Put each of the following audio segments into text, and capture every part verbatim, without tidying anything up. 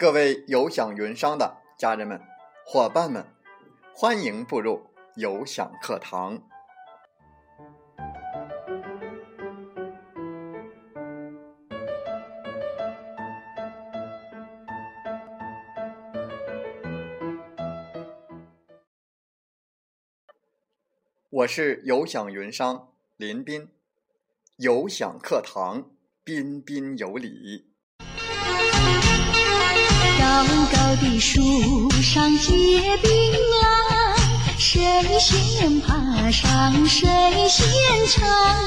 各位有享云商的家人们、伙伴们，欢迎步入有享课堂。我是有享云商林斌，有享课堂，彬彬有礼。 高高的树上结槟榔，谁先爬上谁先尝。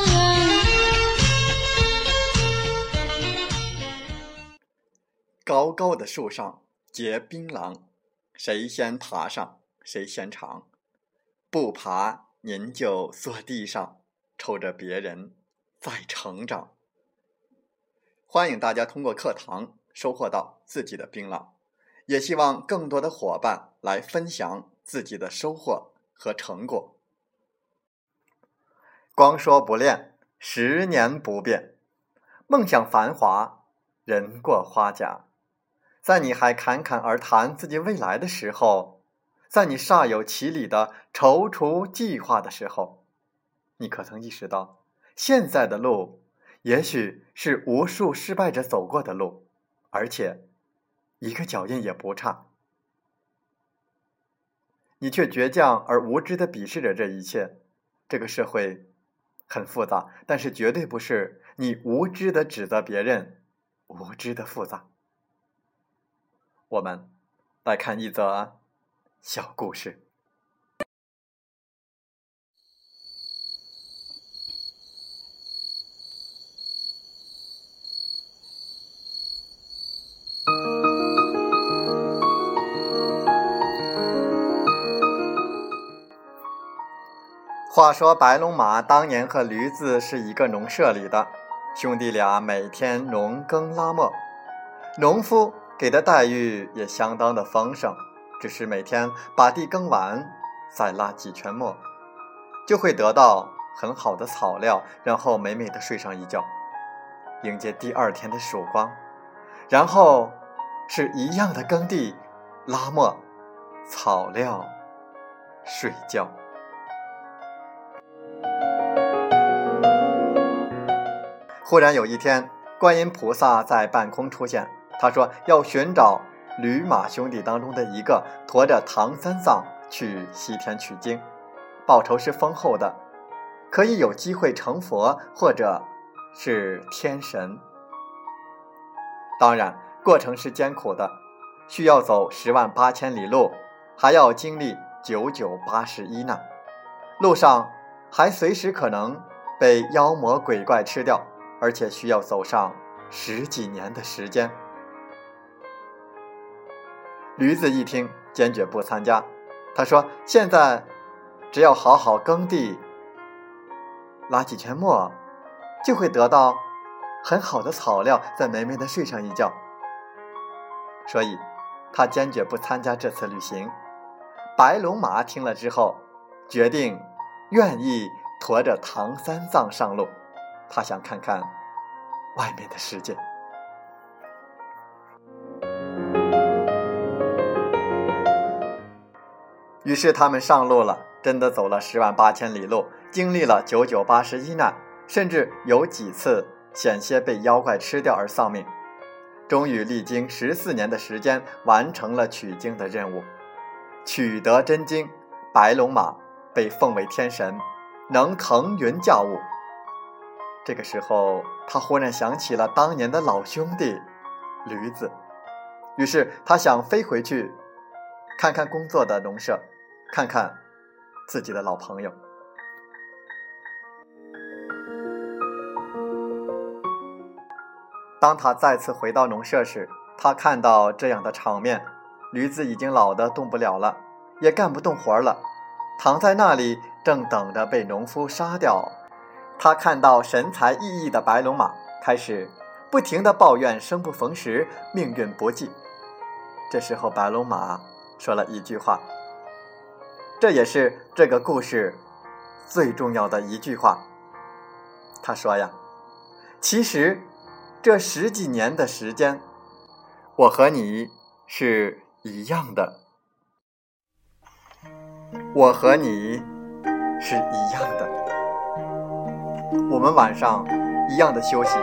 高高的树上结槟榔，谁先爬上谁先尝。不爬您就坐地上，瞅着别人在成长。欢迎大家通过课堂收获到自己的槟榔，也希望更多的伙伴来分享自己的收获和成果。光说不练，十年不变。梦想繁华，人过花甲。在你还侃侃而谈自己未来的时候，在你煞有其理的踌躇计划的时候，你可曾意识到，现在的路也许是无数失败者走过的路，而且一个脚印也不差。你却倔强而无知地鄙视着这一切。这个社会很复杂，但是绝对不是你无知地指责别人无知的复杂。我们来看一则小故事。话说白龙马当年和驴子是一个农舍里的，兄弟俩每天农耕拉磨，农夫给的待遇也相当的丰盛，只是每天把地耕完，再拉几圈磨，就会得到很好的草料，然后美美的睡上一觉，迎接第二天的曙光，然后是一样的耕地、拉磨、草料、睡觉。忽然有一天，观音菩萨在半空出现，他说要寻找驴马兄弟当中的一个，驮着唐三藏去西天取经，报酬是丰厚的，可以有机会成佛或者是天神。当然过程是艰苦的，需要走十万八千里路，还要经历九九八十一难，路上还随时可能被妖魔鬼怪吃掉，而且需要走上十几年的时间。驴子一听，坚决不参加。他说现在只要好好耕地，拉几圈磨，就会得到很好的草料，再美美的睡上一觉。所以他坚决不参加这次旅行。白龙马听了之后，决定愿意驮着唐三藏上路，他想看看外面的世界。于是他们上路了，真的走了十万八千里路，经历了九九八十一难，甚至有几次险些被妖怪吃掉而丧命。终于历经十四年的时间，完成了取经的任务，取得真经，白龙马被奉为天神，能腾云驾雾。这个时候他忽然想起了当年的老兄弟驴子，于是他想飞回去看看工作的农舍，看看自己的老朋友。当他再次回到农舍时，他看到这样的场面，驴子已经老得动不了了，也干不动活了，躺在那里正等着被农夫杀掉。他看到神采奕奕的白龙马，开始不停地抱怨生不逢时，命运不济。这时候白龙马说了一句话，这也是这个故事最重要的一句话。他说呀，其实这十几年的时间，我和你是一样的，我和你是一样的，我们晚上一样的休息。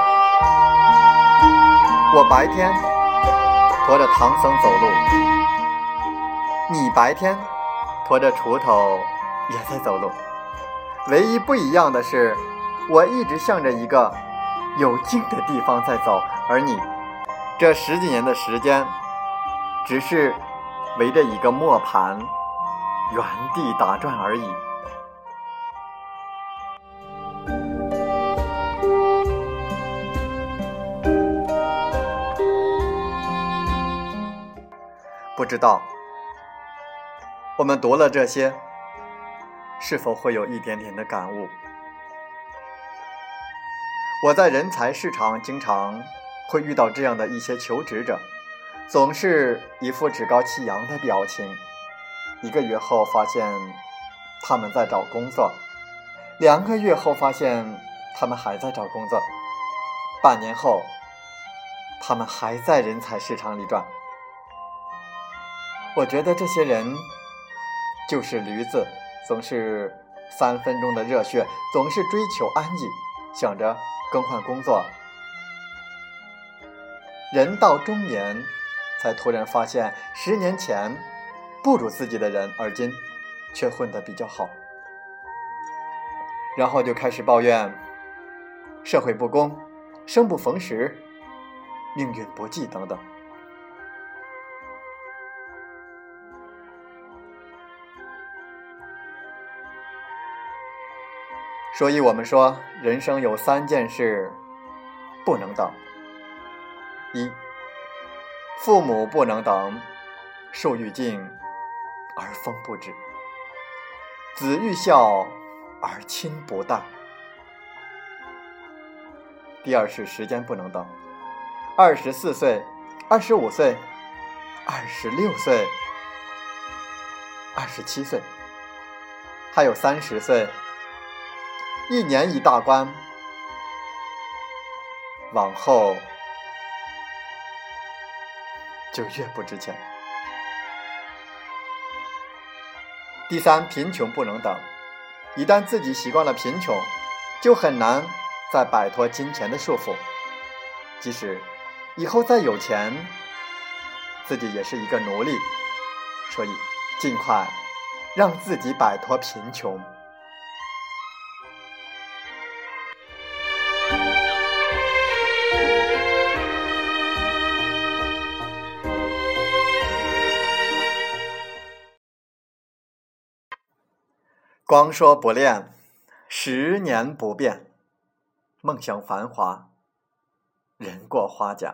我白天驮着唐僧走路，你白天驮着锄头也在走路。唯一不一样的是，我一直向着一个有劲的地方在走，而你这十几年的时间只是围着一个磨盘原地打转而已。不知道我们读了这些，是否会有一点点的感悟？我在人才市场经常会遇到这样的一些求职者，总是一副趾高气扬的表情。一个月后发现他们在找工作，两个月后发现他们还在找工作，半年后他们还在人才市场里转。我觉得这些人就是驴子，总是三分钟的热血，总是追求安逸，想着更换工作。人到中年才突然发现，十年前不如自己的人，而今却混得比较好，然后就开始抱怨社会不公、生不逢时、命运不济等等。所以我们说，人生有三件事不能等：一，父母不能等，树欲静而风不止；子欲孝而亲不待。第二是时间不能等，二十四岁、二十五岁、二十六岁、二十七岁，还有三十岁。一年一大关，往后就越不值钱。第三，贫穷不能等，一旦自己习惯了贫穷，就很难再摆脱金钱的束缚，即使以后再有钱，自己也是一个奴隶。所以尽快让自己摆脱贫穷。光说不练，十年不变。梦想繁华，人过花甲。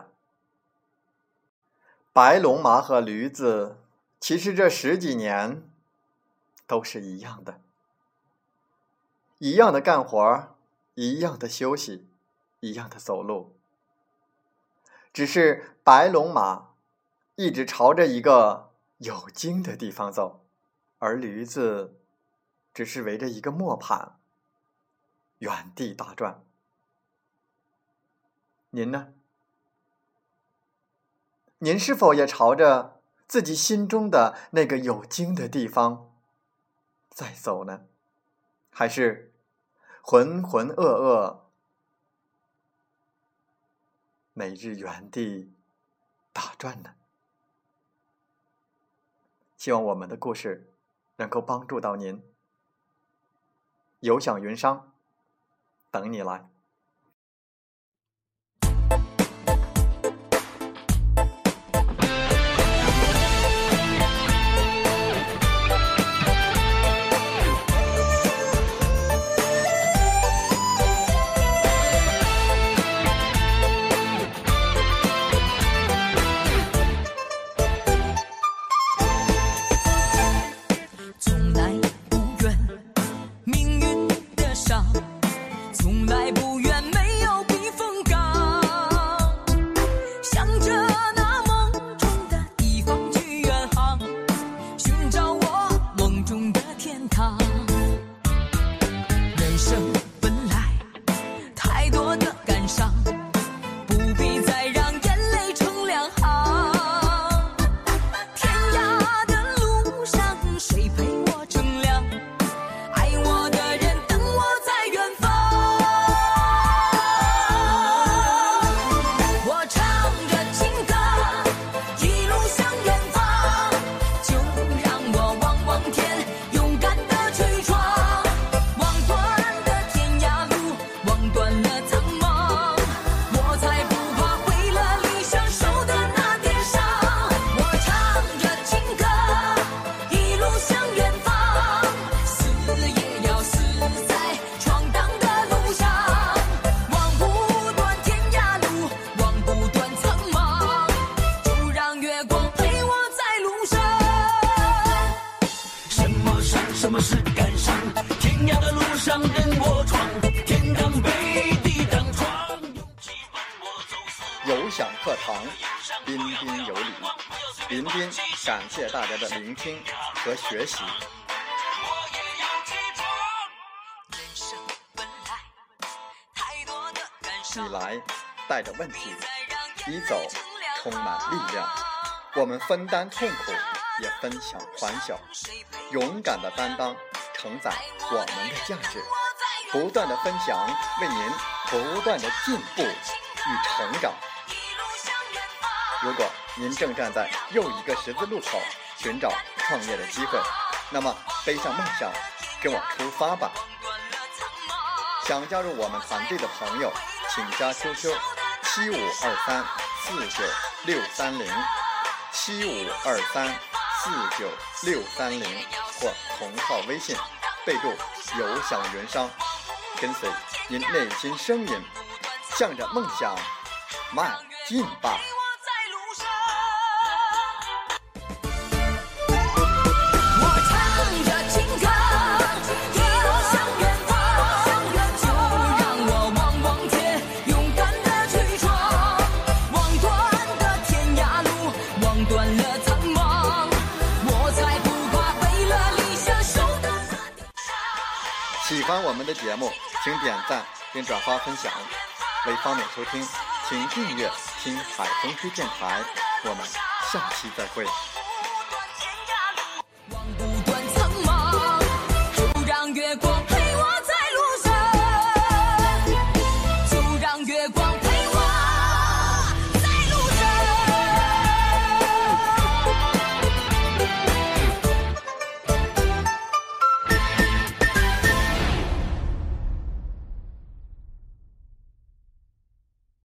白龙马和驴子，其实这十几年都是一样的，一样的干活，一样的休息，一样的走路。只是白龙马一直朝着一个有茎的地方走，而驴子只是围着一个磨盘原地打转。您呢？您是否也朝着自己心中的那个有茎的地方在走呢？还是浑浑噩噩，每日原地打转呢？希望我们的故事能够帮助到您。有享云商，等你来。 不必再让眼泪成两行。 什么是感伤？天涯的路上任我闯，天当北地当窗，勇气伴我走四有享课堂，彬彬有礼。彬彬感谢大家的聆听和学习。你来带着问题，你走充满力量。我们分担痛苦，也分享欢笑，勇敢的担当承载我们的价值，不断的分享，为您不断的进步与成长。如果您正站在又一个十字路口，寻找创业的机会，那么背上梦想，跟我出发吧。想加入我们团队的朋友，请加 Q Q 七五二三四九六三零 七五二三四九六三零或同号微信，备注有享云商，跟随您内心声音，向着梦想迈进吧。喜欢我们的节目，请点赞并转发分享。为方便收听，请订阅听海风吹电台。我们下期再会。